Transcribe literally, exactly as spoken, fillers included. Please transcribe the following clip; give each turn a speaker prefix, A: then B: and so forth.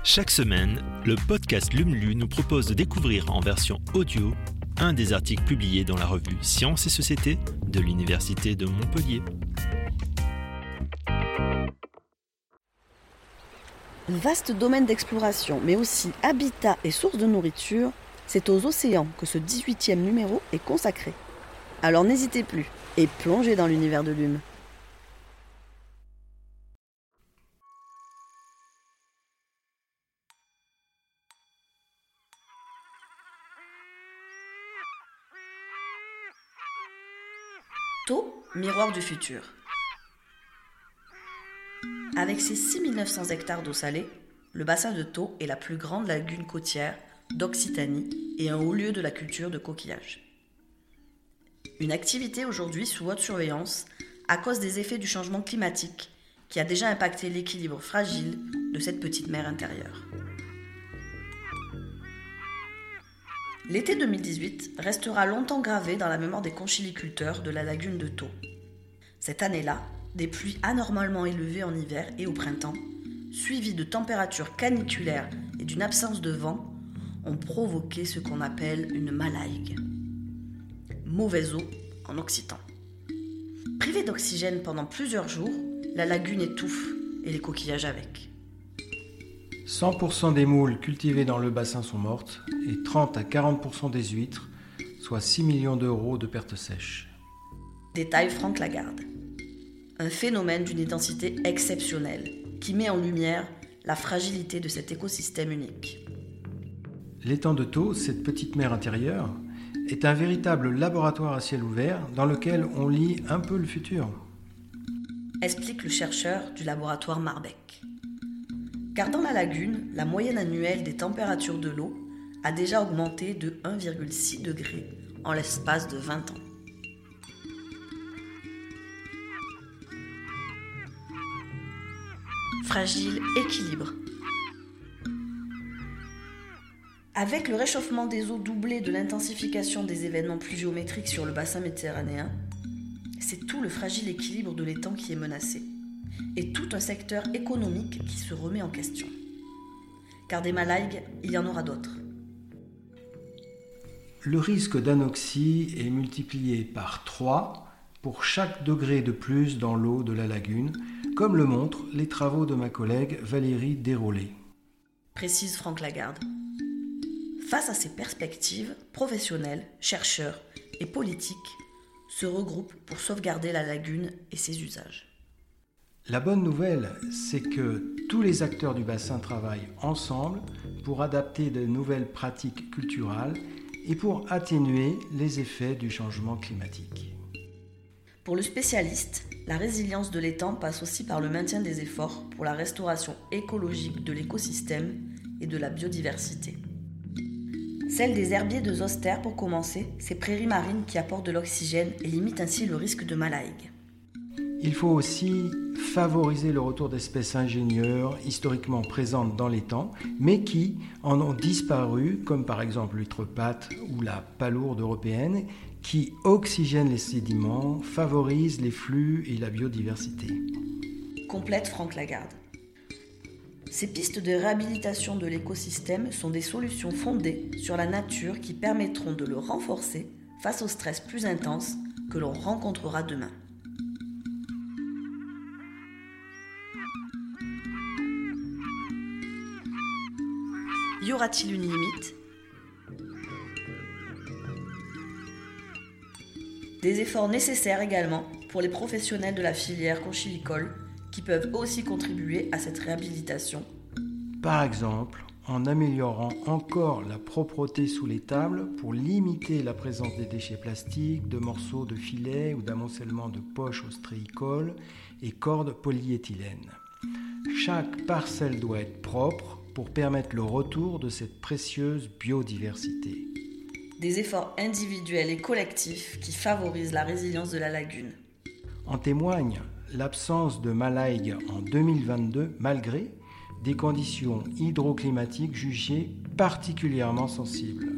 A: Chaque semaine, le podcast LUMLU nous propose de découvrir en version audio un des articles publiés dans la revue Sciences et Société de l'Université de Montpellier.
B: Vaste domaine d'exploration, mais aussi habitat et source de nourriture, c'est aux océans que ce dix-huitième numéro est consacré. Alors n'hésitez plus et plongez dans l'univers de l'U M. Thau, miroir du futur. Avec ses six mille neuf cents hectares d'eau salée, le bassin de Thau est la plus grande lagune côtière d'Occitanie et un haut lieu de la culture de coquillages. Une activité aujourd'hui sous haute surveillance à cause des effets du changement climatique qui a déjà impacté l'équilibre fragile de cette petite mer intérieure. L'été deux mille dix-huit restera longtemps gravé dans la mémoire des conchiliculteurs de la lagune de Thau. Cette année-là, des pluies anormalement élevées en hiver et au printemps, suivies de températures caniculaires et d'une absence de vent, ont provoqué ce qu'on appelle une malaïgue. Mauvaise eau en occitan. Privée d'oxygène pendant plusieurs jours, la lagune étouffe et les coquillages avec.
C: cent pour cent des moules cultivées dans le bassin sont mortes et trente à quarante pour cent des huîtres, soit six millions d'euros de pertes sèches.
B: Détaille Franck Lagarde. Un phénomène d'une intensité exceptionnelle qui met en lumière la fragilité de cet écosystème unique.
C: L'étang de Thau, cette petite mer intérieure, est un véritable laboratoire à ciel ouvert dans lequel on lit un peu le futur.
B: Explique le chercheur du laboratoire Marbeck. Car dans la lagune, la moyenne annuelle des températures de l'eau a déjà augmenté de un virgule six degrés en l'espace de vingt ans. Fragile équilibre. Avec le réchauffement des eaux doublé de l'intensification des événements pluviométriques sur le bassin méditerranéen, c'est tout le fragile équilibre de l'étang qui est menacé, et tout un secteur économique qui se remet en question. Car des malaigues, il y en aura d'autres.
C: Le risque d'anoxie est multiplié par trois pour chaque degré de plus dans l'eau de la lagune, comme le montrent les travaux de ma collègue Valérie Desrolets.
B: Précise Franck Lagarde. Face à ces perspectives, professionnels, chercheurs et politiques se regroupent pour sauvegarder la lagune et ses usages.
C: La bonne nouvelle, c'est que tous les acteurs du bassin travaillent ensemble pour adapter de nouvelles pratiques culturales et pour atténuer les effets du changement climatique.
B: Pour le spécialiste, la résilience de l'étang passe aussi par le maintien des efforts pour la restauration écologique de l'écosystème et de la biodiversité. Celle des herbiers de zoster pour commencer, ces prairies marines qui apportent de l'oxygène et limitent ainsi le risque de malaïgue.
C: Il faut aussi favoriser le retour d'espèces ingénieures historiquement présentes dans l'étang, mais qui en ont disparu, comme par exemple l'huître-patte ou la palourde européenne, qui oxygènent les sédiments, favorisent les flux et la biodiversité.
B: Complète Franck Lagarde. Ces pistes de réhabilitation de l'écosystème sont des solutions fondées sur la nature qui permettront de le renforcer face au stress plus intense que l'on rencontrera demain. Y aura-t-il une limite ? Des efforts nécessaires également pour les professionnels de la filière conchilicole qui peuvent aussi contribuer à cette réhabilitation.
C: Par exemple, en améliorant encore la propreté sous les tables pour limiter la présence des déchets plastiques, de morceaux de filets ou d'amoncellement de poches ostréicoles et cordes polyéthylène. Chaque parcelle doit être propre pour permettre le retour de cette précieuse biodiversité.
B: Des efforts individuels et collectifs qui favorisent la résilience de la lagune.
C: En témoigne l'absence de malaïgue en deux mille vingt-deux, malgré des conditions hydroclimatiques jugées particulièrement sensibles.